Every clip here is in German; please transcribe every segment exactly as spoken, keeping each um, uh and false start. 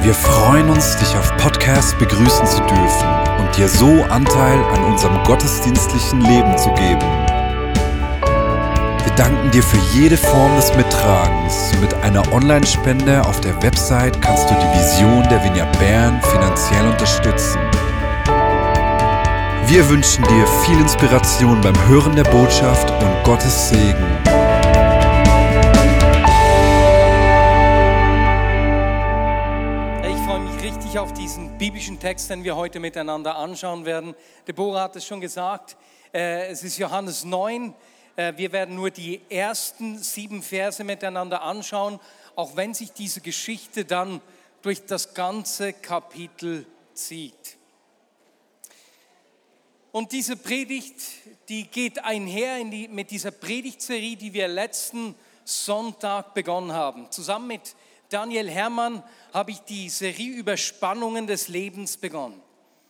Wir freuen uns, dich auf Podcast begrüßen zu dürfen und dir so Anteil an unserem gottesdienstlichen Leben zu geben. Wir danken dir für jede Form des Mittragens. Mit einer Online-Spende auf der Website kannst du die Vision der Vineyard Bern finanziell unterstützen. Wir wünschen dir viel Inspiration beim Hören der Botschaft und Gottes Segen. Ich freue mich richtig auf diesen biblischen Text, den wir heute miteinander anschauen werden. Deborah hat es schon gesagt, äh, es ist Johannes neun. Äh, wir werden nur die ersten sieben Verse miteinander anschauen, auch wenn sich diese Geschichte dann durch das ganze Kapitel zieht. Und diese Predigt, die geht einher in die, mit dieser Predigtserie, die wir letzten Sonntag begonnen haben. Zusammen mit Daniel Herrmann habe ich die Serie über Spannungen des Lebens begonnen.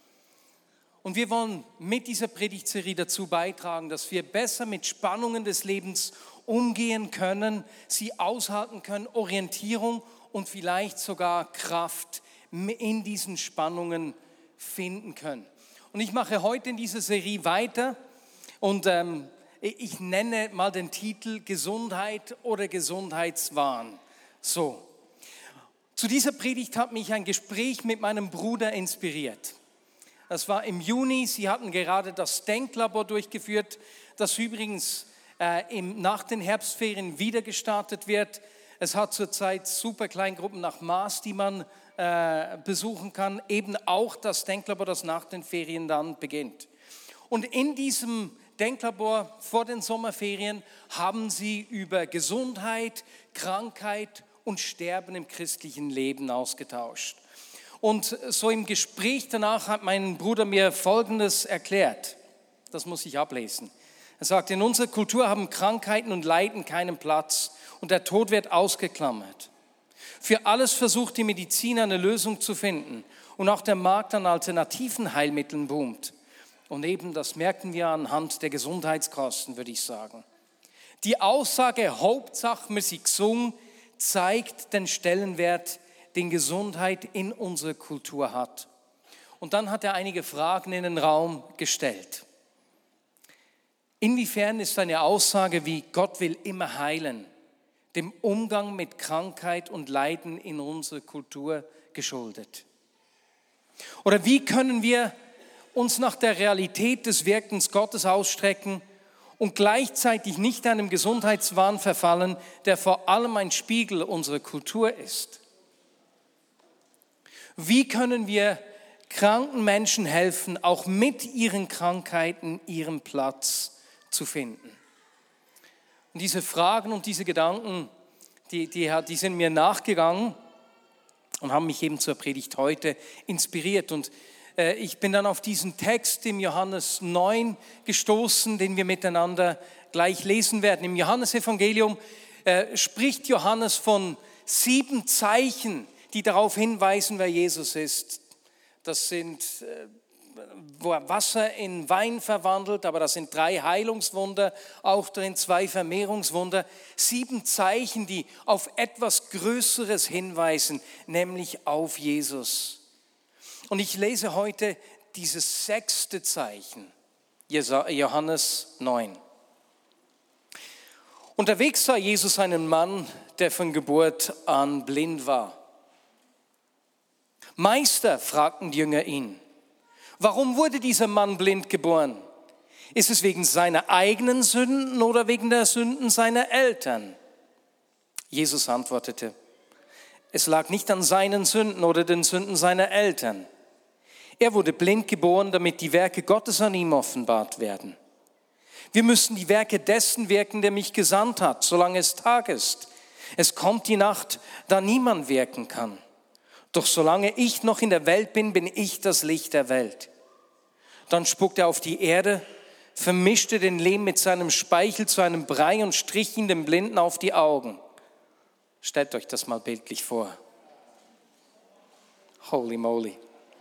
Und wir wollen mit dieser Predigtserie dazu beitragen, dass wir besser mit Spannungen des Lebens umgehen können, sie aushalten können, Orientierung und vielleicht sogar Kraft in diesen Spannungen finden können. Und ich mache heute in dieser Serie weiter und ähm, ich nenne mal den Titel Gesundheit oder Gesundheitswahn. So. Zu dieser Predigt hat mich ein Gespräch mit meinem Bruder inspiriert. Das war im Juni, sie hatten gerade das Denklabor durchgeführt, das übrigens äh, im, nach den Herbstferien wieder gestartet wird. Es hat zurzeit super Kleingruppen nach Maß, die man äh, besuchen kann, eben auch das Denklabor, das nach den Ferien dann beginnt. Und in diesem Denklabor vor den Sommerferien haben sie über Gesundheit, Krankheit und Sterben im christlichen Leben ausgetauscht. Und so im Gespräch danach hat mein Bruder mir Folgendes erklärt. Das muss ich ablesen. Er sagt, in unserer Kultur haben Krankheiten und Leiden keinen Platz und der Tod wird ausgeklammert. Für alles versucht die Medizin eine Lösung zu finden und auch der Markt an alternativen Heilmitteln boomt. Und eben das merken wir anhand der Gesundheitskosten, würde ich sagen. Die Aussage, Hauptsache wir sind gesund, zeigt den Stellenwert, den Gesundheit in unserer Kultur hat. Und dann hat er einige Fragen in den Raum gestellt. Inwiefern ist eine Aussage wie Gott will immer heilen, dem Umgang mit Krankheit und Leiden in unserer Kultur geschuldet? Oder wie können wir uns nach der Realität des Wirkens Gottes ausstrecken und gleichzeitig nicht einem Gesundheitswahn verfallen, der vor allem ein Spiegel unserer Kultur ist? Wie können wir kranken Menschen helfen, auch mit ihren Krankheiten ihren Platz zu finden? Und diese Fragen und diese Gedanken, die, die, die sind mir nachgegangen und haben mich eben zur Predigt heute inspiriert. Und äh, ich bin dann auf diesen Text im Johannes neun gestoßen, den wir miteinander gleich lesen werden. Im Johannesevangelium äh, spricht Johannes von sieben Zeichen, die darauf hinweisen, wer Jesus ist. Das sind, wo er Wasser in Wein verwandelt, aber das sind drei Heilungswunder, auch drin zwei Vermehrungswunder. Sieben Zeichen, die auf etwas Größeres hinweisen, nämlich auf Jesus. Und ich lese heute dieses sechste Zeichen, Johannes neun. Unterwegs sah Jesus einen Mann, der von Geburt an blind war. Meister, fragten die Jünger ihn, warum wurde dieser Mann blind geboren? Ist es wegen seiner eigenen Sünden oder wegen der Sünden seiner Eltern? Jesus antwortete, es lag nicht an seinen Sünden oder den Sünden seiner Eltern. Er wurde blind geboren, damit die Werke Gottes an ihm offenbart werden. Wir müssen die Werke dessen wirken, der mich gesandt hat, solange es Tag ist. Es kommt die Nacht, da niemand wirken kann. Doch solange ich noch in der Welt bin, bin ich das Licht der Welt. Dann spuckte er auf die Erde, vermischte den Lehm mit seinem Speichel zu einem Brei und strich ihn dem Blinden auf die Augen. Stellt euch das mal bildlich vor. Holy moly.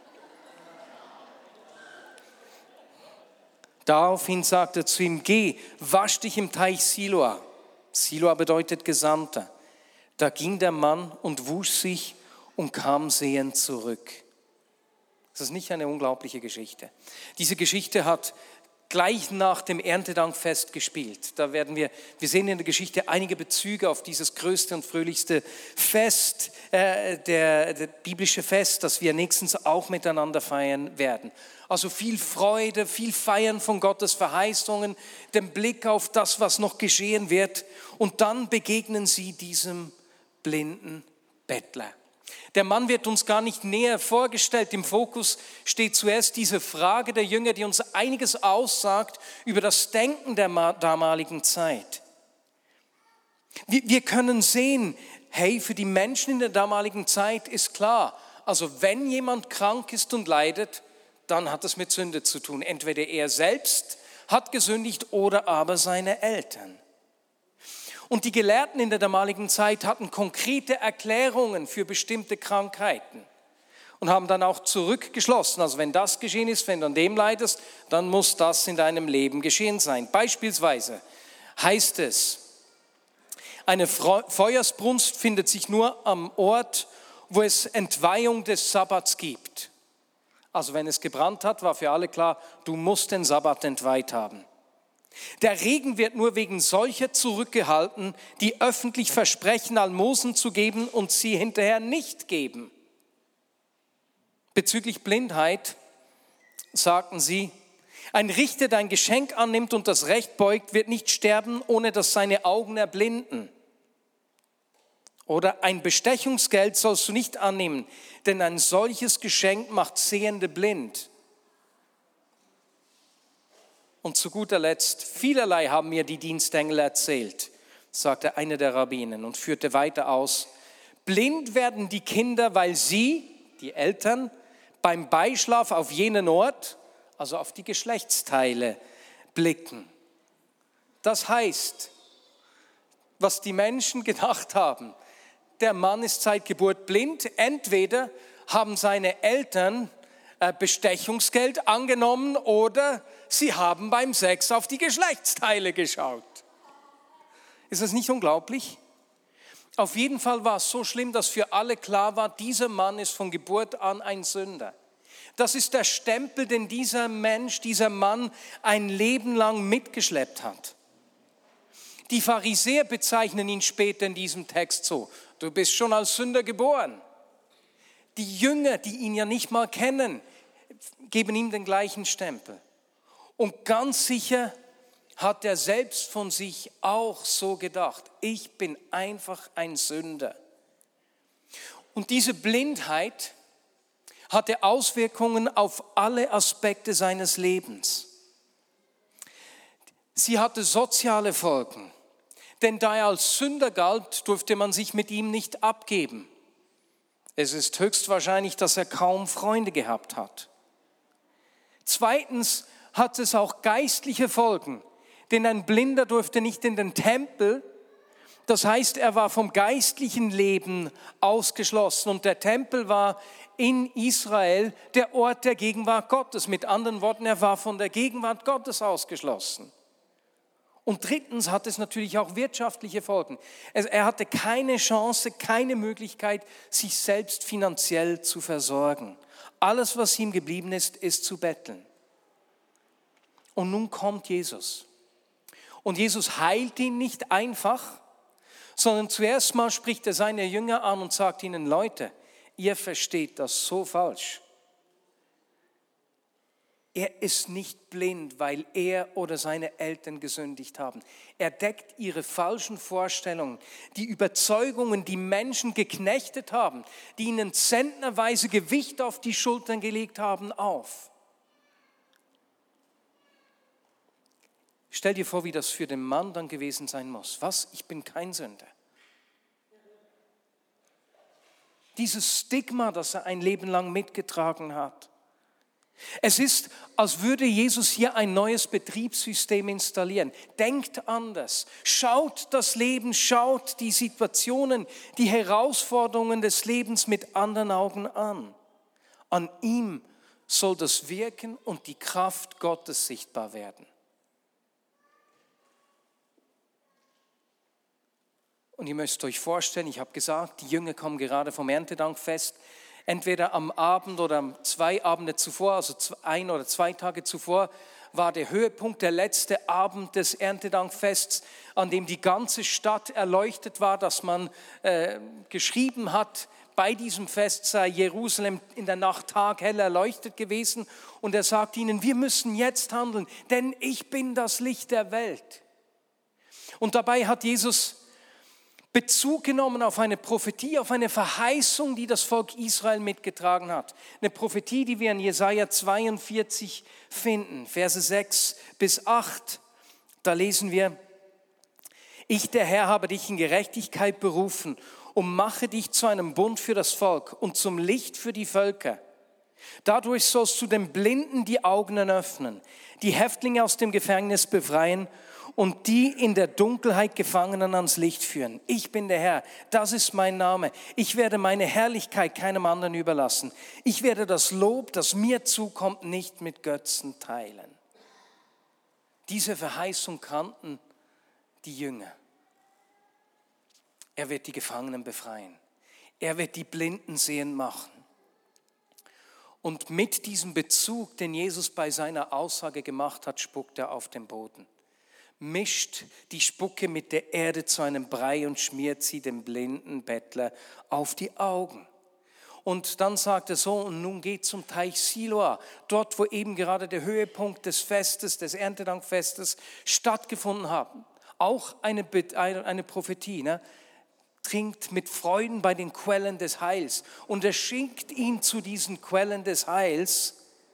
Daraufhin sagte er zu ihm, geh, wasch dich im Teich Siloa. Siloa bedeutet Gesandter. Da ging der Mann und wusch sich und kam sehend zurück. Das ist nicht eine unglaubliche Geschichte. Diese Geschichte hat gleich nach dem Erntedankfest gespielt. Da werden wir, wir sehen in der Geschichte einige Bezüge auf dieses größte und fröhlichste Fest, äh, der, der biblische Fest, das wir nächstens auch miteinander feiern werden. Also viel Freude, viel Feiern von Gottes Verheißungen, den Blick auf das, was noch geschehen wird. Und dann begegnen sie diesem blinden Bettler. Der Mann wird uns gar nicht näher vorgestellt. Im Fokus steht zuerst diese Frage der Jünger, die uns einiges aussagt über das Denken der damaligen Zeit. Wir können sehen, hey, für die Menschen in der damaligen Zeit ist klar, also wenn jemand krank ist und leidet, dann hat es mit Sünde zu tun. Entweder er selbst hat gesündigt oder aber seine Eltern. Und die Gelehrten in der damaligen Zeit hatten konkrete Erklärungen für bestimmte Krankheiten und haben dann auch zurückgeschlossen. Also wenn das geschehen ist, wenn du an dem leidest, dann muss das in deinem Leben geschehen sein. Beispielsweise heißt es, eine Feuersbrunst findet sich nur am Ort, wo es Entweihung des Sabbats gibt. Also wenn es gebrannt hat, war für alle klar, du musst den Sabbat entweiht haben. Der Regen wird nur wegen solcher zurückgehalten, die öffentlich versprechen, Almosen zu geben und sie hinterher nicht geben. Bezüglich Blindheit sagten sie, ein Richter, der ein Geschenk annimmt und das Recht beugt, wird nicht sterben, ohne dass seine Augen erblinden. Oder ein Bestechungsgeld sollst du nicht annehmen, denn ein solches Geschenk macht Sehende blind. Und zu guter Letzt, vielerlei haben mir die Dienstengel erzählt, sagte einer der Rabbinen und führte weiter aus. Blind werden die Kinder, weil sie, die Eltern, beim Beischlaf auf jenen Ort, also auf die Geschlechtsteile, blicken. Das heißt, was die Menschen gedacht haben, der Mann ist seit Geburt blind, entweder haben seine Eltern Bestechungsgeld angenommen oder sie haben beim Sex auf die Geschlechtsteile geschaut. Ist das nicht unglaublich? Auf jeden Fall war es so schlimm, dass für alle klar war, dieser Mann ist von Geburt an ein Sünder. Das ist der Stempel, den dieser Mensch, dieser Mann ein Leben lang mitgeschleppt hat. Die Pharisäer bezeichnen ihn später in diesem Text so, du bist schon als Sünder geboren. Die Jünger, die ihn ja nicht mal kennen, geben ihm den gleichen Stempel. Und ganz sicher hat er selbst von sich auch so gedacht, ich bin einfach ein Sünder. Und diese Blindheit hatte Auswirkungen auf alle Aspekte seines Lebens. Sie hatte soziale Folgen, denn da er als Sünder galt, durfte man sich mit ihm nicht abgeben. Es ist höchstwahrscheinlich, dass er kaum Freunde gehabt hat. Zweitens hat es auch geistliche Folgen, denn ein Blinder durfte nicht in den Tempel. Das heißt, er war vom geistlichen Leben ausgeschlossen und der Tempel war in Israel der Ort der Gegenwart Gottes. Mit anderen Worten, er war von der Gegenwart Gottes ausgeschlossen. Und drittens hat es natürlich auch wirtschaftliche Folgen. Er hatte keine Chance, keine Möglichkeit, sich selbst finanziell zu versorgen. Alles, was ihm geblieben ist, ist zu betteln. Und nun kommt Jesus. Und Jesus heilt ihn nicht einfach, sondern zuerst mal spricht er seine Jünger an und sagt ihnen, Leute, ihr versteht das so falsch. Er ist nicht blind, weil er oder seine Eltern gesündigt haben. Er deckt ihre falschen Vorstellungen, die Überzeugungen, die Menschen geknechtet haben, die ihnen zentnerweise Gewicht auf die Schultern gelegt haben, auf. Stell dir vor, wie das für den Mann dann gewesen sein muss. Was? Ich bin kein Sünder. Dieses Stigma, das er ein Leben lang mitgetragen hat. Es ist, als würde Jesus hier ein neues Betriebssystem installieren. Denkt anders, schaut das Leben, schaut die Situationen, die Herausforderungen des Lebens mit anderen Augen an. An ihm soll das Wirken und die Kraft Gottes sichtbar werden. Und ihr müsst euch vorstellen, ich habe gesagt, die Jünger kommen gerade vom Erntedankfest. Entweder am Abend oder zwei Abende zuvor, also ein oder zwei Tage zuvor, war der Höhepunkt, der letzte Abend des Erntedankfests, an dem die ganze Stadt erleuchtet war, dass man äh, geschrieben hat, bei diesem Fest sei Jerusalem in der Nacht taghell erleuchtet gewesen. Und er sagt ihnen, wir müssen jetzt handeln, denn ich bin das Licht der Welt. Und dabei hat Jesus Bezug genommen auf eine Prophetie, auf eine Verheißung, die das Volk Israel mitgetragen hat. Eine Prophetie, die wir in Jesaja zweiundvierzig finden, Verse sechs bis acht. Da lesen wir, ich, der Herr, habe dich in Gerechtigkeit berufen und mache dich zu einem Bund für das Volk und zum Licht für die Völker. Dadurch sollst du den Blinden die Augen öffnen, die Häftlinge aus dem Gefängnis befreien und die in der Dunkelheit Gefangenen ans Licht führen. Ich bin der Herr, das ist mein Name. Ich werde meine Herrlichkeit keinem anderen überlassen. Ich werde das Lob, das mir zukommt, nicht mit Götzen teilen. Diese Verheißung kannten die Jünger. Er wird die Gefangenen befreien. Er wird die Blinden sehend machen. Und mit diesem Bezug, den Jesus bei seiner Aussage gemacht hat, spuckt er auf den Boden. Mischt die Spucke mit der Erde zu einem Brei und schmiert sie dem blinden Bettler auf die Augen. Und dann sagt er so, und nun geht zum Teich Siloa, dort wo eben gerade der Höhepunkt des Festes, des Erntedankfestes stattgefunden hat. Auch eine, eine Prophetie, ne? Trinkt mit Freuden bei den Quellen des Heils. Und er schickt ihn zu diesen Quellen des Heils.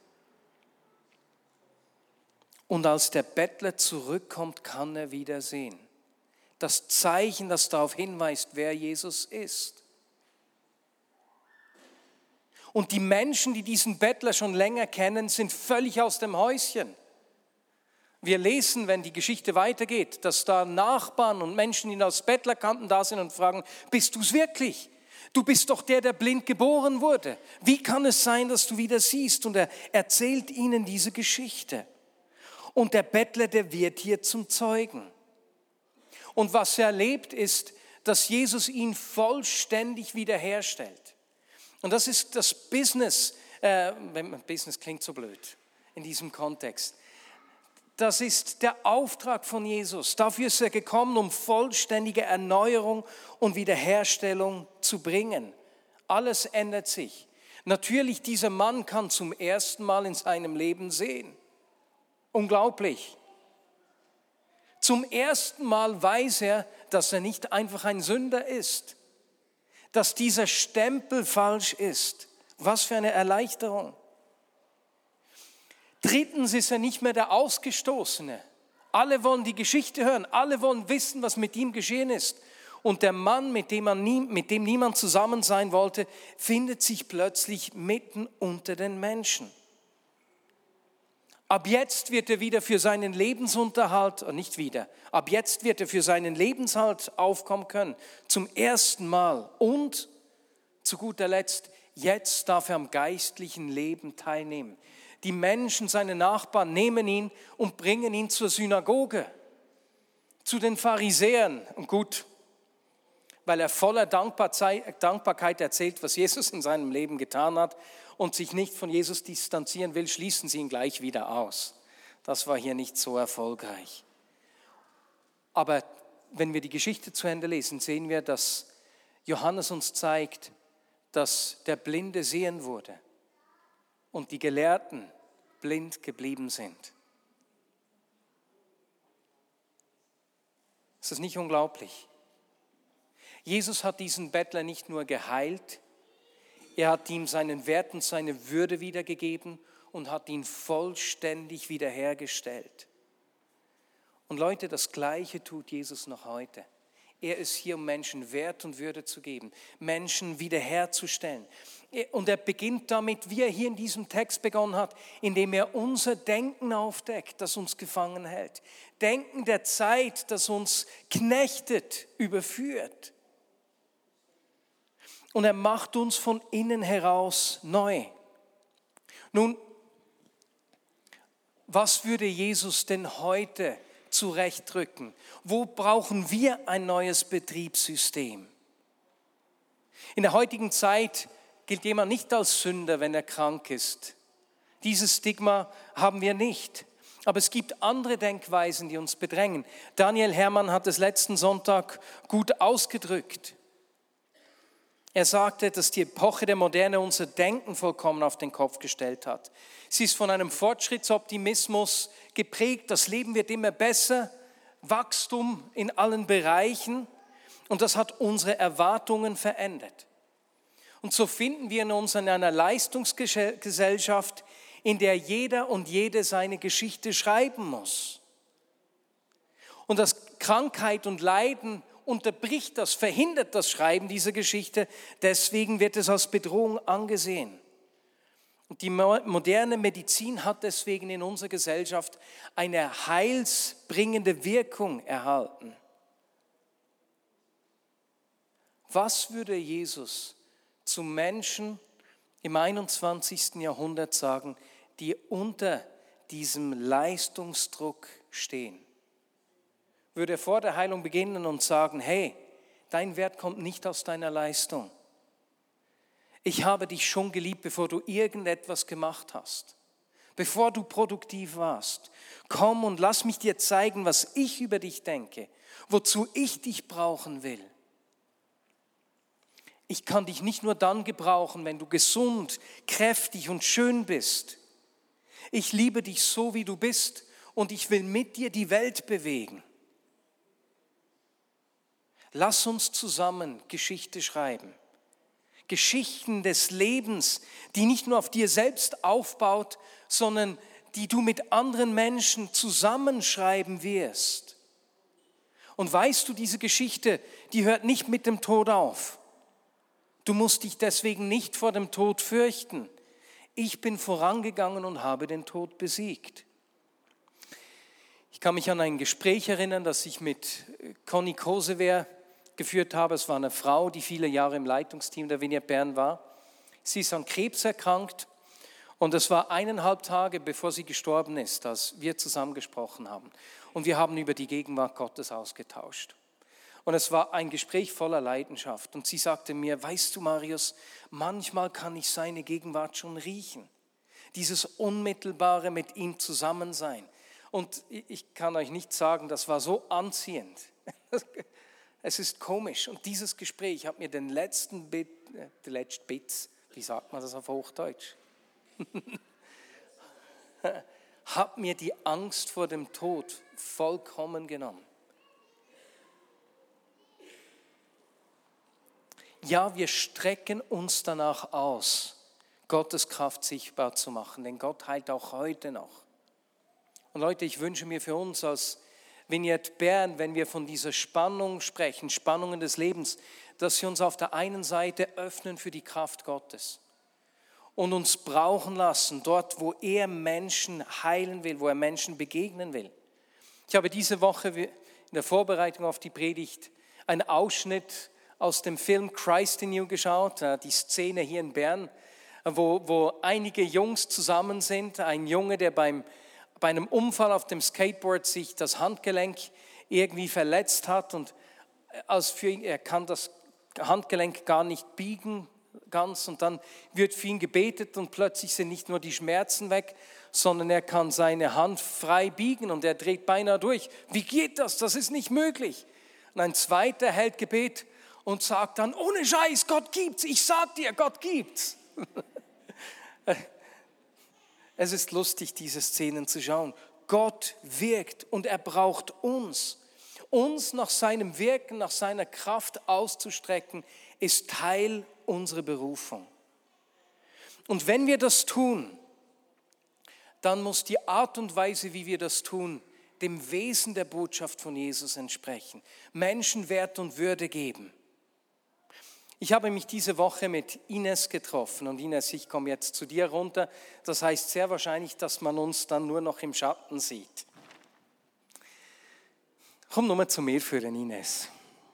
Und als der Bettler zurückkommt, kann er wieder sehen. Das Zeichen, das darauf hinweist, wer Jesus ist. Und die Menschen, die diesen Bettler schon länger kennen, sind völlig aus dem Häuschen. Wir lesen, wenn die Geschichte weitergeht, dass da Nachbarn und Menschen, die ihn als Bettler kannten, da sind und fragen, bist du es wirklich? Du bist doch der, der blind geboren wurde. Wie kann es sein, dass du wieder siehst? Und er erzählt ihnen diese Geschichte. Und der Bettler, der wird hier zum Zeugen. Und was er erlebt, ist, dass Jesus ihn vollständig wiederherstellt. Und das ist das Business, äh, Business klingt so blöd in diesem Kontext. Das ist der Auftrag von Jesus. Dafür ist er gekommen, um vollständige Erneuerung und Wiederherstellung zu bringen. Alles ändert sich. Natürlich, dieser Mann kann zum ersten Mal in seinem Leben sehen. Unglaublich. Zum ersten Mal weiß er, dass er nicht einfach ein Sünder ist. Dass dieser Stempel falsch ist. Was für eine Erleichterung. Drittens ist er nicht mehr der Ausgestoßene. Alle wollen die Geschichte hören, alle wollen wissen, was mit ihm geschehen ist. Und der Mann, mit dem, man nie, mit dem niemand zusammen sein wollte, findet sich plötzlich mitten unter den Menschen. Ab jetzt wird er wieder für seinen Lebensunterhalt, nicht wieder, ab jetzt wird er für seinen Lebensunterhalt aufkommen können. Zum ersten Mal. Und zu guter Letzt, jetzt darf er am geistlichen Leben teilnehmen. Die Menschen, seine Nachbarn, nehmen ihn und bringen ihn zur Synagoge, zu den Pharisäern. Und gut, weil er voller Dankbarkeit erzählt, was Jesus in seinem Leben getan hat und sich nicht von Jesus distanzieren will, schließen sie ihn gleich wieder aus. Das war hier nicht so erfolgreich. Aber wenn wir die Geschichte zu Ende lesen, sehen wir, dass Johannes uns zeigt, dass der Blinde sehen wurde. Und die Gelehrten blind geblieben sind. Ist das nicht unglaublich? Jesus hat diesen Bettler nicht nur geheilt, er hat ihm seinen Wert und seine Würde wiedergegeben und hat ihn vollständig wiederhergestellt. Und Leute, das Gleiche tut Jesus noch heute. Er ist hier, um Menschen Wert und Würde zu geben, Menschen wiederherzustellen. Und er beginnt damit, wie er hier in diesem Text begonnen hat, indem er unser Denken aufdeckt, das uns gefangen hält. Denken der Zeit, das uns knechtet, überführt. Und er macht uns von innen heraus neu. Nun, was würde Jesus denn heute zurechtdrücken? Wo brauchen wir ein neues Betriebssystem? In der heutigen Zeit gilt jemand nicht als Sünder, wenn er krank ist. Dieses Stigma haben wir nicht. Aber es gibt andere Denkweisen, die uns bedrängen. Daniel Hermann hat es letzten Sonntag gut ausgedrückt. Er sagte, dass die Epoche der Moderne unser Denken vollkommen auf den Kopf gestellt hat. Sie ist von einem Fortschrittsoptimismus geprägt. Das Leben wird immer besser, Wachstum in allen Bereichen. Und das hat unsere Erwartungen verändert. Und so finden wir uns in einer Leistungsgesellschaft, in der jeder und jede seine Geschichte schreiben muss. Und dass Krankheit und Leiden unterbricht das, verhindert das Schreiben dieser Geschichte. Deswegen wird es als Bedrohung angesehen. Und die moderne Medizin hat deswegen in unserer Gesellschaft eine heilsbringende Wirkung erhalten. Was würde Jesus zu Menschen im einundzwanzigsten Jahrhundert sagen, die unter diesem Leistungsdruck stehen? Würde er vor der Heilung beginnen und sagen, hey, dein Wert kommt nicht aus deiner Leistung. Ich habe dich schon geliebt, bevor du irgendetwas gemacht hast, bevor du produktiv warst. Komm und lass mich dir zeigen, was ich über dich denke, wozu ich dich brauchen will. Ich kann dich nicht nur dann gebrauchen, wenn du gesund, kräftig und schön bist. Ich liebe dich so, wie du bist und ich will mit dir die Welt bewegen. Lass uns zusammen Geschichte schreiben. Geschichten des Lebens, die nicht nur auf dir selbst aufbaut, sondern die du mit anderen Menschen zusammenschreiben wirst. Und weißt du, diese Geschichte, die hört nicht mit dem Tod auf. Du musst dich deswegen nicht vor dem Tod fürchten. Ich bin vorangegangen und habe den Tod besiegt. Ich kann mich an ein Gespräch erinnern, das ich mit Conny Kosewer geführt habe. Es war eine Frau, die viele Jahre im Leitungsteam der Vineyard Bern war. Sie ist an Krebs erkrankt und es war eineinhalb Tage, bevor sie gestorben ist, als wir zusammen gesprochen haben. Und wir haben über die Gegenwart Gottes ausgetauscht. Und es war ein Gespräch voller Leidenschaft. Und sie sagte mir, weißt du, Marius, manchmal kann ich seine Gegenwart schon riechen. Dieses unmittelbare mit ihm zusammen sein. Und ich kann euch nicht sagen, das war so anziehend. Es ist komisch. Und dieses Gespräch hat mir den letzten Bit, äh, die letzten Bits, wie sagt man das auf Hochdeutsch? hat mir die Angst vor dem Tod vollkommen genommen. Ja, wir strecken uns danach aus, Gottes Kraft sichtbar zu machen, denn Gott heilt auch heute noch. Und Leute, ich wünsche mir für uns als Vineyard Bern, wenn wir von dieser Spannung sprechen, Spannungen des Lebens, dass wir uns auf der einen Seite öffnen für die Kraft Gottes und uns brauchen lassen, dort, wo er Menschen heilen will, wo er Menschen begegnen will. Ich habe diese Woche in der Vorbereitung auf die Predigt einen Ausschnitt aus dem Film Christ in You geschaut, die Szene hier in Bern, wo, wo einige Jungs zusammen sind. Ein Junge, der beim, bei einem Unfall auf dem Skateboard sich das Handgelenk irgendwie verletzt hat und als für ihn, er kann das Handgelenk gar nicht biegen ganz und dann wird für ihn gebetet und plötzlich sind nicht nur die Schmerzen weg, sondern er kann seine Hand frei biegen und er dreht beinahe durch. Wie geht das? Das ist nicht möglich. Und ein zweiter hält Gebet und sagt dann, ohne Scheiß, Gott gibt's, ich sag dir, Gott gibt's. Es ist lustig, diese Szenen zu schauen. Gott wirkt und er braucht uns. Uns nach seinem Wirken, nach seiner Kraft auszustrecken, ist Teil unserer Berufung. Und wenn wir das tun, dann muss die Art und Weise, wie wir das tun, dem Wesen der Botschaft von Jesus entsprechen. Menschen Wert und Würde geben. Ich habe mich diese Woche mit Ines getroffen und Ines, ich komme jetzt zu dir runter. Das heißt sehr wahrscheinlich, dass man uns dann nur noch im Schatten sieht. Komm nur mal zu mir führen, Ines.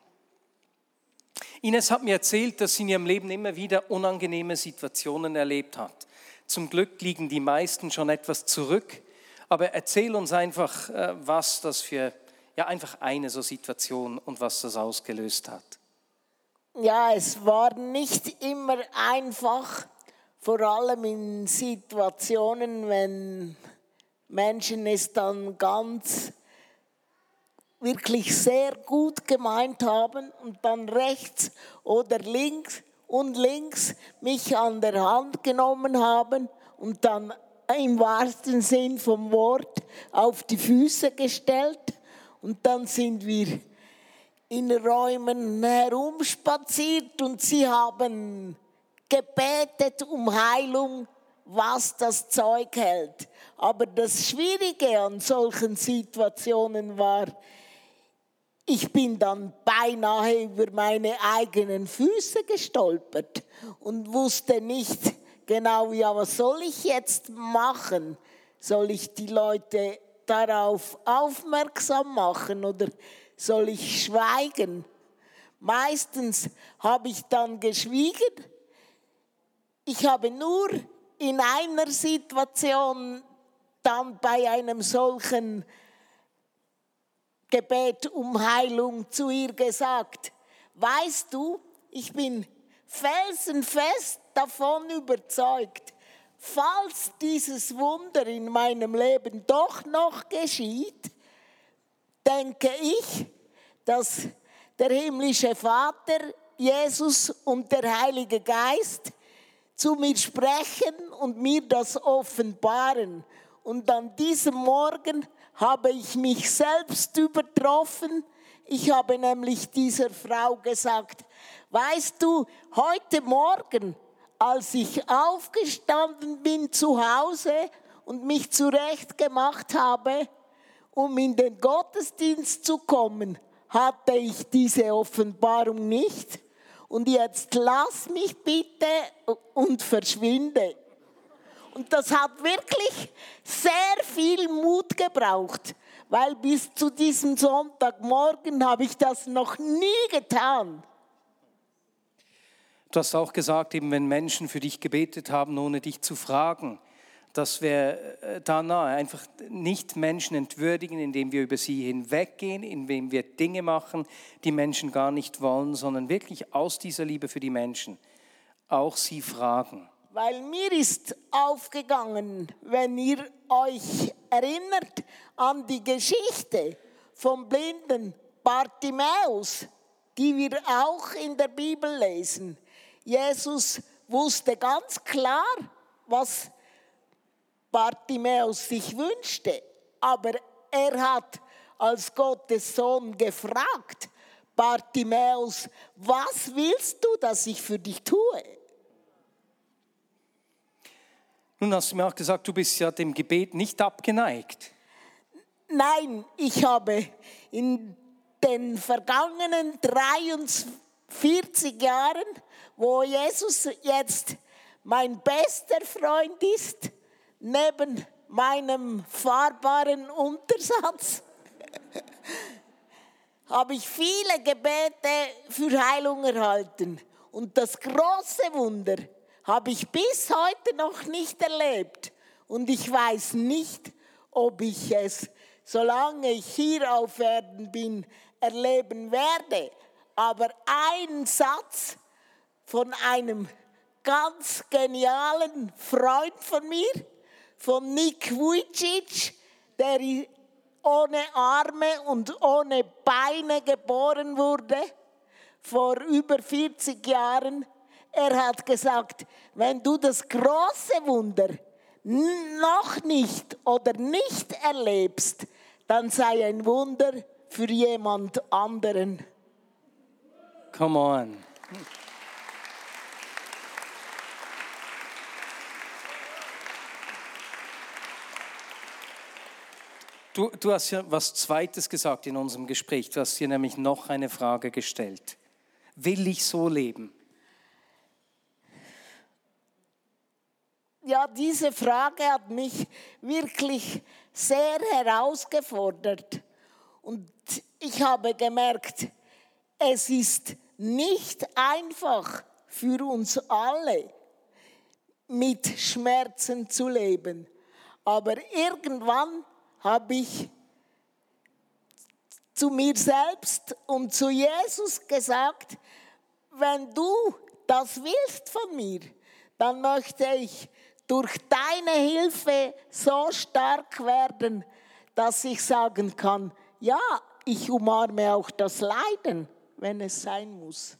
Ines hat mir erzählt, dass sie in ihrem Leben immer wieder unangenehme Situationen erlebt hat. Zum Glück liegen die meisten schon etwas zurück, Aber erzähl uns einfach, was das für, ja einfach eine so Situation und was das ausgelöst hat. Ja, es war nicht immer einfach, vor allem in Situationen, wenn Menschen es dann ganz wirklich sehr gut gemeint haben und dann rechts oder links und links mich an der Hand genommen haben und dann im wahrsten Sinn vom Wort auf die Füße gestellt. Und dann sind wir in Räumen herumspaziert und sie haben gebetet um Heilung, was das Zeug hält. Aber das Schwierige an solchen Situationen war, ich bin dann beinahe über meine eigenen Füße gestolpert und wusste nicht genau, ja, was soll ich jetzt machen? Soll ich die Leute darauf aufmerksam machen oder soll ich schweigen? Meistens habe ich dann geschwiegen. Ich habe nur in einer Situation dann bei einem solchen Gebet um Heilung zu ihr gesagt, weißt du, ich bin felsenfest davon überzeugt, falls dieses Wunder in meinem Leben doch noch geschieht, denke ich, dass der himmlische Vater, Jesus und der Heilige Geist zu mir sprechen und mir das offenbaren. Und an diesem Morgen habe ich mich selbst übertroffen. Ich habe nämlich dieser Frau gesagt, weißt du, heute Morgen, als ich aufgestanden bin zu Hause und mich zurechtgemacht habe, um in den Gottesdienst zu kommen, hatte ich diese Offenbarung nicht. Und jetzt lass mich bitte und verschwinde. Und das hat wirklich sehr viel Mut gebraucht, weil bis zu diesem Sonntagmorgen habe ich das noch nie getan. Du hast auch gesagt, eben wenn Menschen für dich gebetet haben, ohne dich zu fragen, dass wir da nahe einfach nicht Menschen entwürdigen, indem wir über sie hinweggehen, indem wir Dinge machen, die Menschen gar nicht wollen, sondern wirklich aus dieser Liebe für die Menschen auch sie fragen. Weil mir ist aufgegangen, wenn ihr euch erinnert an die Geschichte vom blinden Bartimäus, die wir auch in der Bibel lesen. Jesus wusste ganz klar, was Bartimäus sich wünschte, aber er hat als Gottes Sohn gefragt, Bartimäus, was willst du, dass ich für dich tue? Nun hast du mir auch gesagt, du bist ja dem Gebet nicht abgeneigt. Nein, ich habe in den vergangenen dreiundvierzig Jahren, wo Jesus jetzt mein bester Freund ist, neben meinem fahrbaren Untersatz, habe ich viele Gebete für Heilung erhalten. Und das große Wunder habe ich bis heute noch nicht erlebt. Und ich weiß nicht, ob ich es, solange ich hier auf Erden bin, erleben werde. Aber ein Satz von einem ganz genialen Freund von mir, von Nick Vujicic, der ohne Arme und ohne Beine geboren wurde, vor über vierzig Jahren. Er hat gesagt, wenn du das große Wunder noch nicht oder nicht erlebst, dann sei ein Wunder für jemand anderen. Come on. Du, du hast ja was Zweites gesagt in unserem Gespräch. Du hast hier nämlich noch eine Frage gestellt. Will ich so leben? Ja, diese Frage hat mich wirklich sehr herausgefordert. Und ich habe gemerkt, es ist nicht einfach für uns alle, mit Schmerzen zu leben. Aber irgendwann habe ich zu mir selbst und zu Jesus gesagt, wenn du das willst von mir, dann möchte ich durch deine Hilfe so stark werden, dass ich sagen kann, ja, ich umarme auch das Leiden, wenn es sein muss.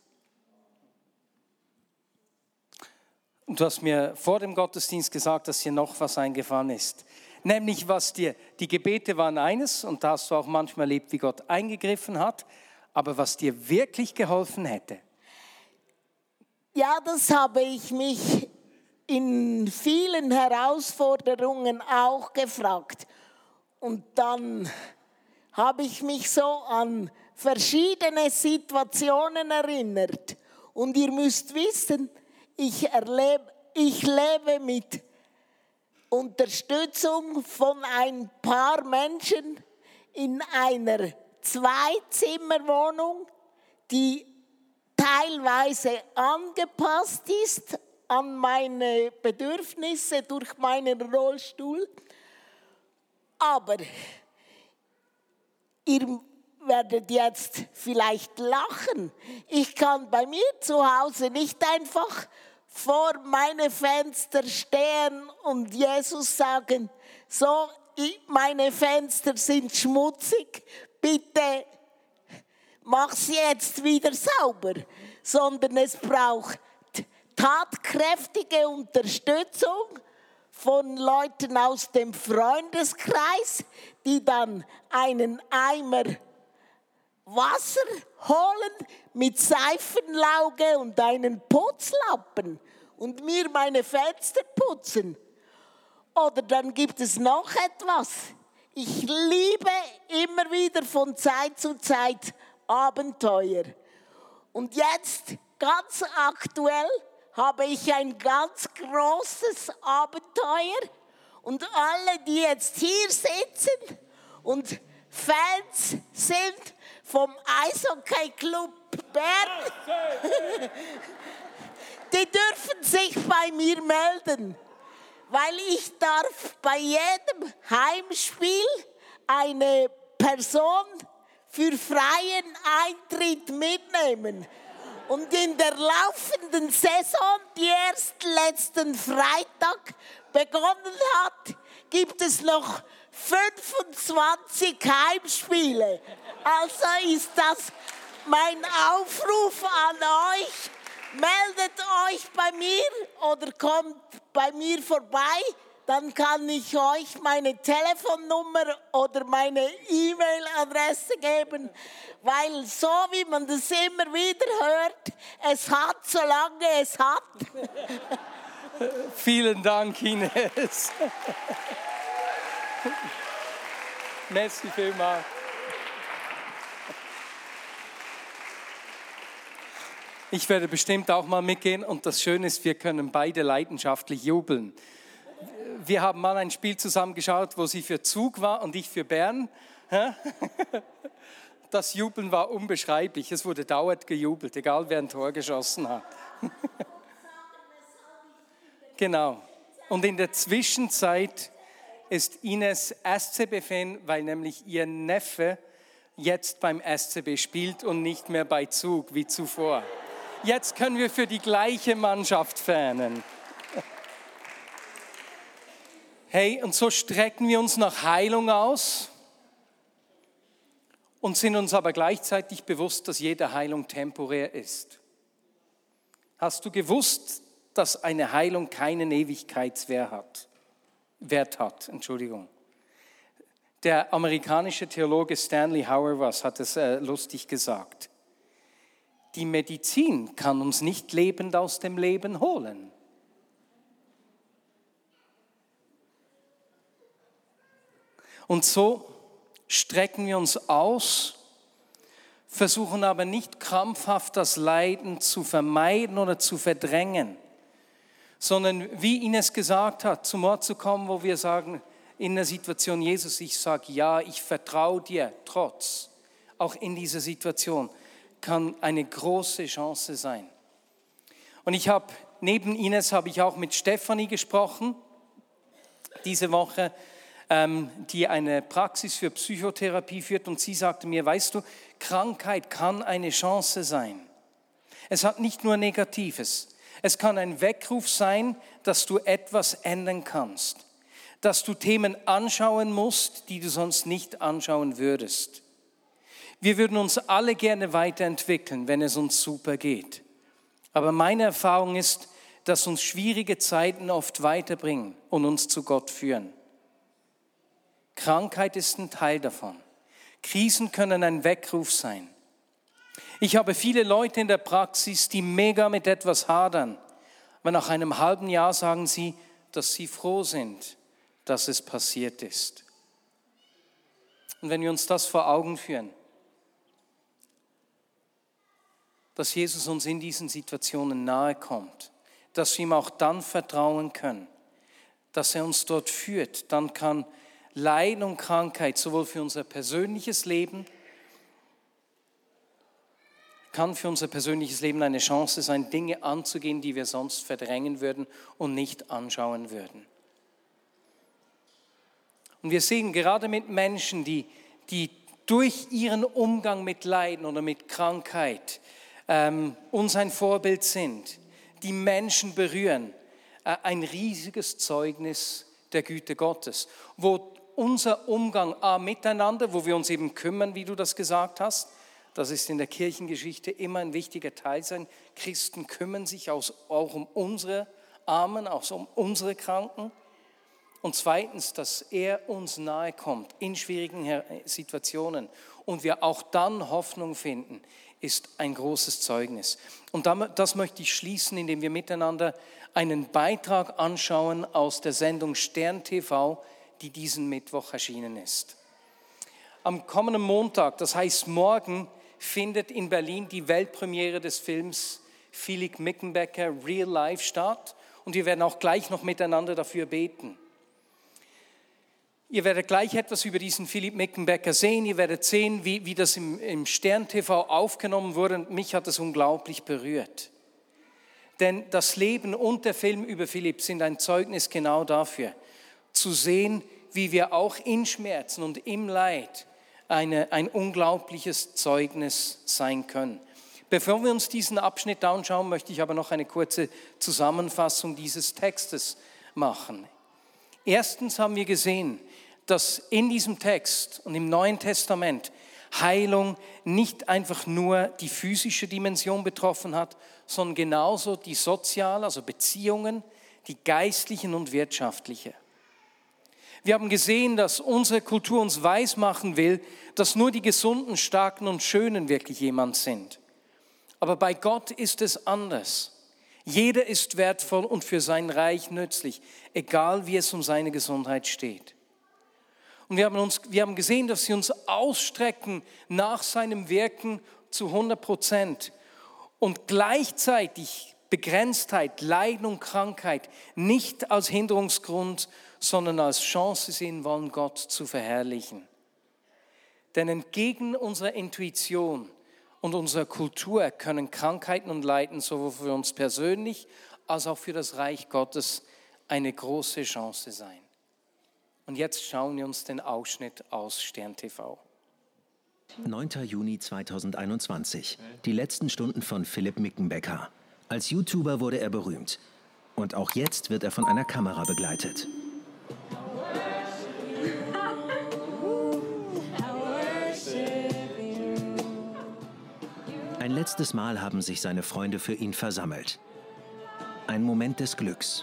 Und du hast mir vor dem Gottesdienst gesagt, dass dir noch was eingefallen ist. Nämlich, was dir, die Gebete waren eines, und da hast du auch manchmal erlebt, wie Gott eingegriffen hat, aber was dir wirklich geholfen hätte. Ja, das habe ich mich in vielen Herausforderungen auch gefragt. Und dann habe ich mich so an verschiedene Situationen erinnert. Und ihr müsst wissen, ich, erlebe, ich lebe mit Unterstützung von ein paar Menschen in einer Zweizimmerwohnung, die teilweise angepasst ist an meine Bedürfnisse durch meinen Rollstuhl. Aber ihr werdet jetzt vielleicht lachen. Ich kann bei mir zu Hause nicht einfach vor meine Fenster stehen und Jesus sagen, so, meine Fenster sind schmutzig, bitte mach sie jetzt wieder sauber, sondern es braucht tatkräftige Unterstützung von Leuten aus dem Freundeskreis, die dann einen Eimer Wasser holen mit Seifenlauge und einen Putzlappen und mir meine Fenster putzen. Oder dann gibt es noch etwas. Ich liebe immer wieder von Zeit zu Zeit Abenteuer. Und jetzt, ganz aktuell, habe ich ein ganz großes Abenteuer. Und alle, die jetzt hier sitzen und Fans sind vom Eishockey-Club Bern, die dürfen sich bei mir melden, weil ich darf bei jedem Heimspiel eine Person für freien Eintritt mitnehmen. Und in der laufenden Saison, die erst letzten Freitag begonnen hat, gibt es noch fünfundzwanzig Heimspiele. Also ist das mein Aufruf an euch. Meldet euch bei mir oder kommt bei mir vorbei. Dann kann ich euch meine Telefonnummer oder meine E-Mail-Adresse geben. Weil so wie man das immer wieder hört, es hat, solange es hat. Vielen Dank, Ines. Merci vielmals. Ich werde bestimmt auch mal mitgehen und das Schöne ist, wir können beide leidenschaftlich jubeln. Wir haben mal ein Spiel zusammen geschaut, wo sie für Zug war und ich für Bern. Das Jubeln war unbeschreiblich. Es wurde dauernd gejubelt, egal wer ein Tor geschossen hat. Genau. Und in der Zwischenzeit ist Ines S C B-Fan, weil nämlich ihr Neffe jetzt beim S C B spielt und nicht mehr bei Zug wie zuvor. Jetzt können wir für die gleiche Mannschaft fanen. Hey, und so strecken wir uns nach Heilung aus und sind uns aber gleichzeitig bewusst, dass jede Heilung temporär ist. Hast du gewusst, dass eine Heilung keinen Ewigkeitswert hat? Wert hat, Entschuldigung. Der amerikanische Theologe Stanley Hauerwas hat es äh, lustig gesagt. Die Medizin kann uns nicht lebend aus dem Leben holen. Und so strecken wir uns aus, versuchen aber nicht krampfhaft das Leiden zu vermeiden oder zu verdrängen, sondern wie Ines gesagt hat, zum Ort zu kommen, wo wir sagen, in der Situation, Jesus, ich sage ja, ich vertraue dir, trotz, auch in dieser Situation, kann eine große Chance sein. Und ich habe, neben Ines habe ich auch mit Stefanie gesprochen. diese Woche, ähm, die eine Praxis für Psychotherapie führt, und sie sagte mir, weißt du, Krankheit kann eine Chance sein. Es hat nicht nur Negatives. Es kann ein Weckruf sein, dass du etwas ändern kannst, dass du Themen anschauen musst, die du sonst nicht anschauen würdest. Wir würden uns alle gerne weiterentwickeln, wenn es uns super geht. Aber meine Erfahrung ist, dass uns schwierige Zeiten oft weiterbringen und uns zu Gott führen. Krankheit ist ein Teil davon. Krisen können ein Weckruf sein. Ich habe viele Leute in der Praxis, die mega mit etwas hadern. Aber nach einem halben Jahr sagen sie, dass sie froh sind, dass es passiert ist. Und wenn wir uns das vor Augen führen, dass Jesus uns in diesen Situationen nahe kommt, dass wir ihm auch dann vertrauen können, dass er uns dort führt, dann kann Leiden und Krankheit sowohl für unser persönliches Leben, kann für unser persönliches Leben eine Chance sein, Dinge anzugehen, die wir sonst verdrängen würden und nicht anschauen würden. Und wir sehen gerade mit Menschen, die, die durch ihren Umgang mit Leiden oder mit Krankheit ähm, uns ein Vorbild sind, die Menschen berühren, äh, ein riesiges Zeugnis der Güte Gottes, wo unser Umgang A, miteinander, wo wir uns eben kümmern, wie du das gesagt hast, das ist in der Kirchengeschichte immer ein wichtiger Teil sein. Christen kümmern sich auch um unsere Armen, auch um unsere Kranken. Und zweitens, dass er uns nahe kommt in schwierigen Situationen und wir auch dann Hoffnung finden, ist ein großes Zeugnis. Und das möchte ich schließen, indem wir miteinander einen Beitrag anschauen aus der Sendung Stern T V, die diesen Mittwoch erschienen ist. Am kommenden Montag, das heißt morgen, findet in Berlin die Weltpremiere des Films Philipp Mickenbecker Real Life statt. Und wir werden auch gleich noch miteinander dafür beten. Ihr werdet gleich etwas über diesen Philipp Mickenbecker sehen. Ihr werdet sehen, wie, wie das im, im Stern T V aufgenommen wurde. Und mich hat es unglaublich berührt. Denn das Leben und der Film über Philipp sind ein Zeugnis genau dafür. Zu sehen, wie wir auch in Schmerzen und im Leid eine, ein unglaubliches Zeugnis sein können. Bevor wir uns diesen Abschnitt anschauen, möchte ich aber noch eine kurze Zusammenfassung dieses Textes machen. Erstens haben wir gesehen, dass in diesem Text und im Neuen Testament Heilung nicht einfach nur die physische Dimension betroffen hat, sondern genauso die soziale, also Beziehungen, die geistlichen und wirtschaftliche. Wir haben gesehen, dass unsere Kultur uns weismachen will, dass nur die Gesunden, Starken und Schönen wirklich jemand sind. Aber bei Gott ist es anders. Jeder ist wertvoll und für sein Reich nützlich, egal wie es um seine Gesundheit steht. Und wir haben, uns, wir haben gesehen, dass sie uns ausstrecken nach seinem Wirken zu hundert Prozent und gleichzeitig Begrenztheit, Leiden und Krankheit nicht als Hinderungsgrund, sondern als Chance sehen wollen, Gott zu verherrlichen. Denn entgegen unserer Intuition und unserer Kultur können Krankheiten und Leiden sowohl für uns persönlich als auch für das Reich Gottes eine große Chance sein. Und jetzt schauen wir uns den Ausschnitt aus Stern T V. neunter Juni zweitausendeinundzwanzig. Die letzten Stunden von Philipp Mickenbecker. Als YouTuber wurde er berühmt. Und auch jetzt wird er von einer Kamera begleitet. Ein letztes Mal haben sich seine Freunde für ihn versammelt. Ein Moment des Glücks.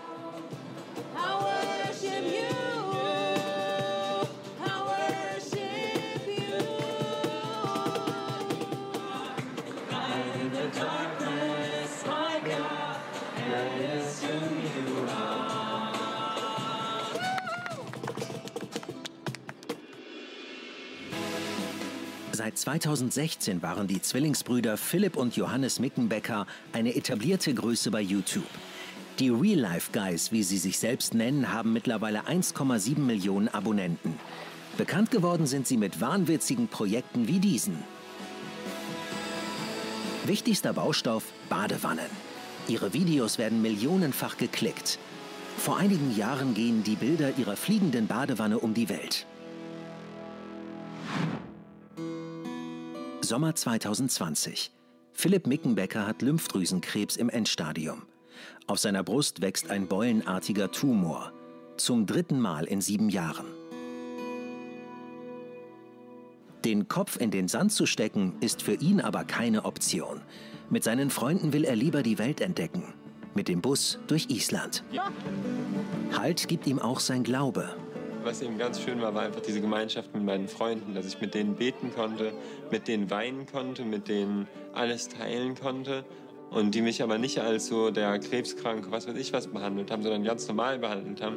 Seit zweitausendsechzehn waren die Zwillingsbrüder Philipp und Johannes Mickenbecker eine etablierte Größe bei YouTube. Die Real Life Guys, wie sie sich selbst nennen, haben mittlerweile eins Komma sieben Millionen Abonnenten. Bekannt geworden sind sie mit wahnwitzigen Projekten wie diesen. Wichtigster Baustoff: Badewannen. Ihre Videos werden millionenfach geklickt. Vor einigen Jahren gehen die Bilder ihrer fliegenden Badewanne um die Welt. Sommer zweitausendzwanzig. Philipp Mickenbecker hat Lymphdrüsenkrebs im Endstadium. Auf seiner Brust wächst ein beulenartiger Tumor. Zum dritten Mal in sieben Jahren. Den Kopf in den Sand zu stecken, ist für ihn aber keine Option. Mit seinen Freunden will er lieber die Welt entdecken. Mit dem Bus durch Island. Ja. Halt gibt ihm auch sein Glaube. Was eben ganz schön war, war einfach diese Gemeinschaft mit meinen Freunden, dass ich mit denen beten konnte, mit denen weinen konnte, mit denen alles teilen konnte und die mich aber nicht als so der Krebskranke, was weiß ich was, behandelt haben, sondern ganz normal behandelt haben.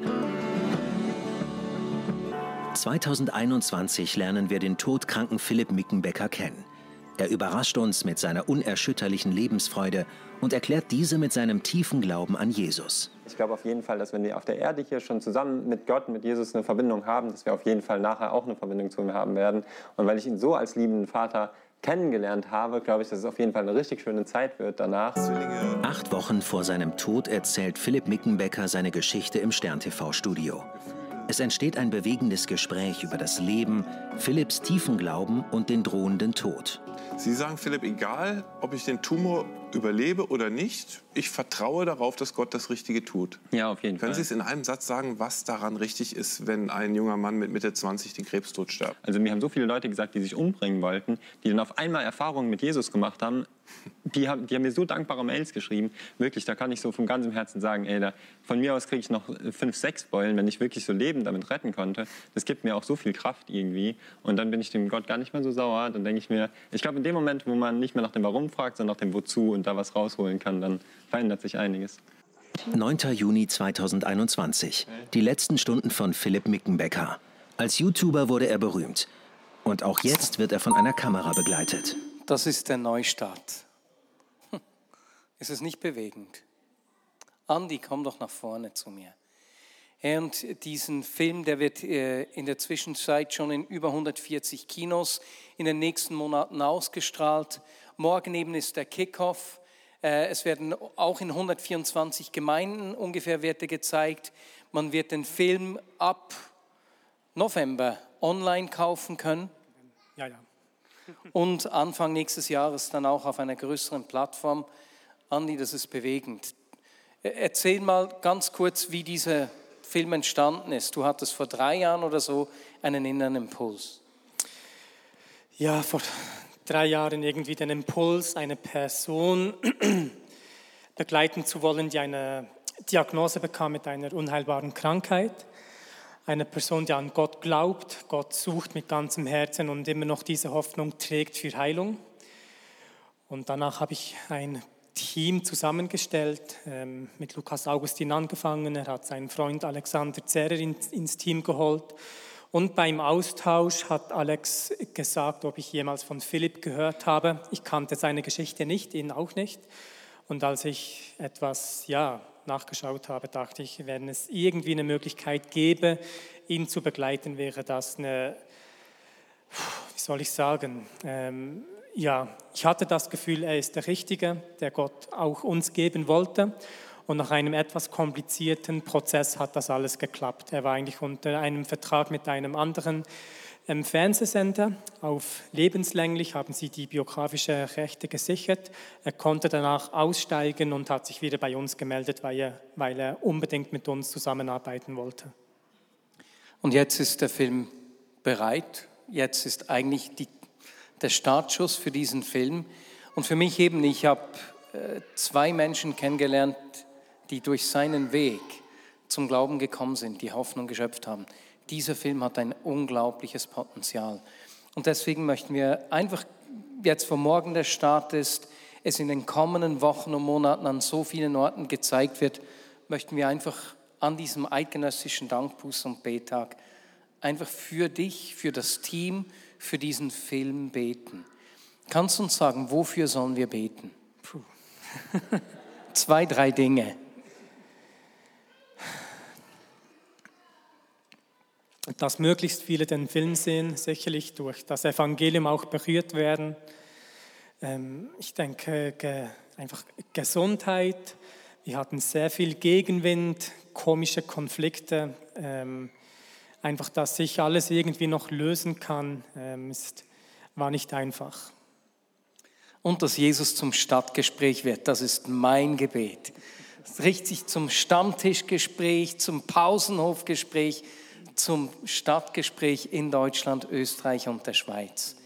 zweitausendeinundzwanzig lernen wir den todkranken Philipp Mickenbecker kennen. Er überrascht uns mit seiner unerschütterlichen Lebensfreude und erklärt diese mit seinem tiefen Glauben an Jesus. Ich glaube auf jeden Fall, dass wenn wir auf der Erde hier schon zusammen mit Gott, mit Jesus eine Verbindung haben, dass wir auf jeden Fall nachher auch eine Verbindung zu ihm haben werden. Und weil ich ihn so als liebenden Vater kennengelernt habe, glaube ich, dass es auf jeden Fall eine richtig schöne Zeit wird danach. Acht Wochen vor seinem Tod erzählt Philipp Mickenbecker seine Geschichte im Stern-T V-Studio. Es entsteht ein bewegendes Gespräch über das Leben, Philipps tiefen Glauben und den drohenden Tod. Sie sagen, Philipp, egal, ob ich den Tumor überlebe oder nicht, ich vertraue darauf, dass Gott das Richtige tut. Ja, auf jeden Fall. Können Sie es in einem Satz sagen, was daran richtig ist, wenn ein junger Mann mit Mitte zwanzig den Krebstod stirbt? Also mir haben so viele Leute gesagt, die sich umbringen wollten, die dann auf einmal Erfahrungen mit Jesus gemacht haben. Die haben, die haben mir so dankbare Mails geschrieben. Wirklich, da kann ich so von ganzem Herzen sagen, ey, da, von mir aus kriege ich noch fünf, sechs Beulen, wenn ich wirklich so Leben damit retten konnte. Das gibt mir auch so viel Kraft irgendwie. Und dann bin ich dem Gott gar nicht mehr so sauer. Dann denke ich mir, ich glaube, in dem Moment, wo man nicht mehr nach dem Warum fragt, sondern nach dem Wozu und da was rausholen kann, dann verändert sich einiges. neunter Juni zweitausendeinundzwanzig. Die letzten Stunden von Philipp Mickenbecker. Als YouTuber wurde er berühmt. Und auch jetzt wird er von einer Kamera begleitet. Das ist der Neustart. Ist es nicht bewegend? Andi, komm doch nach vorne zu mir. Und diesen Film, der wird in der Zwischenzeit schon in über hundertvierzig Kinos in den nächsten Monaten ausgestrahlt. Morgen eben ist der Kickoff. Es werden auch in hundertvierundzwanzig Gemeinden ungefähr Werte gezeigt. Man wird den Film ab November online kaufen können. Ja, ja. Und Anfang nächstes Jahres dann auch auf einer größeren Plattform. Andi, das ist bewegend. Erzähl mal ganz kurz, wie dieser Film entstanden ist. Du hattest vor drei Jahren oder so einen inneren Impuls. Ja, vor drei Jahren irgendwie den Impuls, eine Person begleiten zu wollen, die eine Diagnose bekam mit einer unheilbaren Krankheit. Eine Person, die an Gott glaubt, Gott sucht mit ganzem Herzen und immer noch diese Hoffnung trägt für Heilung. Und danach habe ich ein Team zusammengestellt, ähm, mit Lukas Augustin angefangen. Er hat seinen Freund Alexander Zerrer ins, ins Team geholt. Und beim Austausch hat Alex gesagt, ob ich jemals von Philipp gehört habe. Ich kannte seine Geschichte nicht, ihn auch nicht. Und als ich etwas ja, nachgeschaut habe, dachte ich, wenn es irgendwie eine Möglichkeit gäbe, ihn zu begleiten, wäre das eine, wie soll ich sagen, ähm, ja, ich hatte das Gefühl, er ist der Richtige, der Gott auch uns geben wollte. Und nach einem etwas komplizierten Prozess hat das alles geklappt. Er war eigentlich unter einem Vertrag mit einem anderen ähm, Fernsehsender. Auf lebenslänglich haben sie die biografischen Rechte gesichert. Er konnte danach aussteigen und hat sich wieder bei uns gemeldet, weil er, weil er unbedingt mit uns zusammenarbeiten wollte. Und jetzt ist der Film bereit. Jetzt ist eigentlich die der Startschuss für diesen Film. Und für mich eben, ich habe äh, zwei Menschen kennengelernt, die durch seinen Weg zum Glauben gekommen sind, die Hoffnung geschöpft haben. Dieser Film hat ein unglaubliches Potenzial. Und deswegen möchten wir einfach, jetzt wo morgen der Start ist, es in den kommenden Wochen und Monaten an so vielen Orten gezeigt wird, möchten wir einfach an diesem eidgenössischen Dankbuß- und Bettag einfach für dich, für das Team, für diesen Film beten. Kannst du uns sagen, wofür sollen wir beten? Puh. Zwei, drei Dinge. Dass möglichst viele den Film sehen, sicherlich durch das Evangelium auch berührt werden. Ähm, ich denke, ge- einfach Gesundheit. Wir hatten sehr viel Gegenwind, komische Konflikte. Ähm, einfach, dass sich alles irgendwie noch lösen kann, ähm, ist, war nicht einfach. Und dass Jesus zum Stadtgespräch wird, das ist mein Gebet. Es richtet sich zum Stammtischgespräch, zum Pausenhofgespräch, zum Stadtgespräch in Deutschland, Österreich und der Schweiz.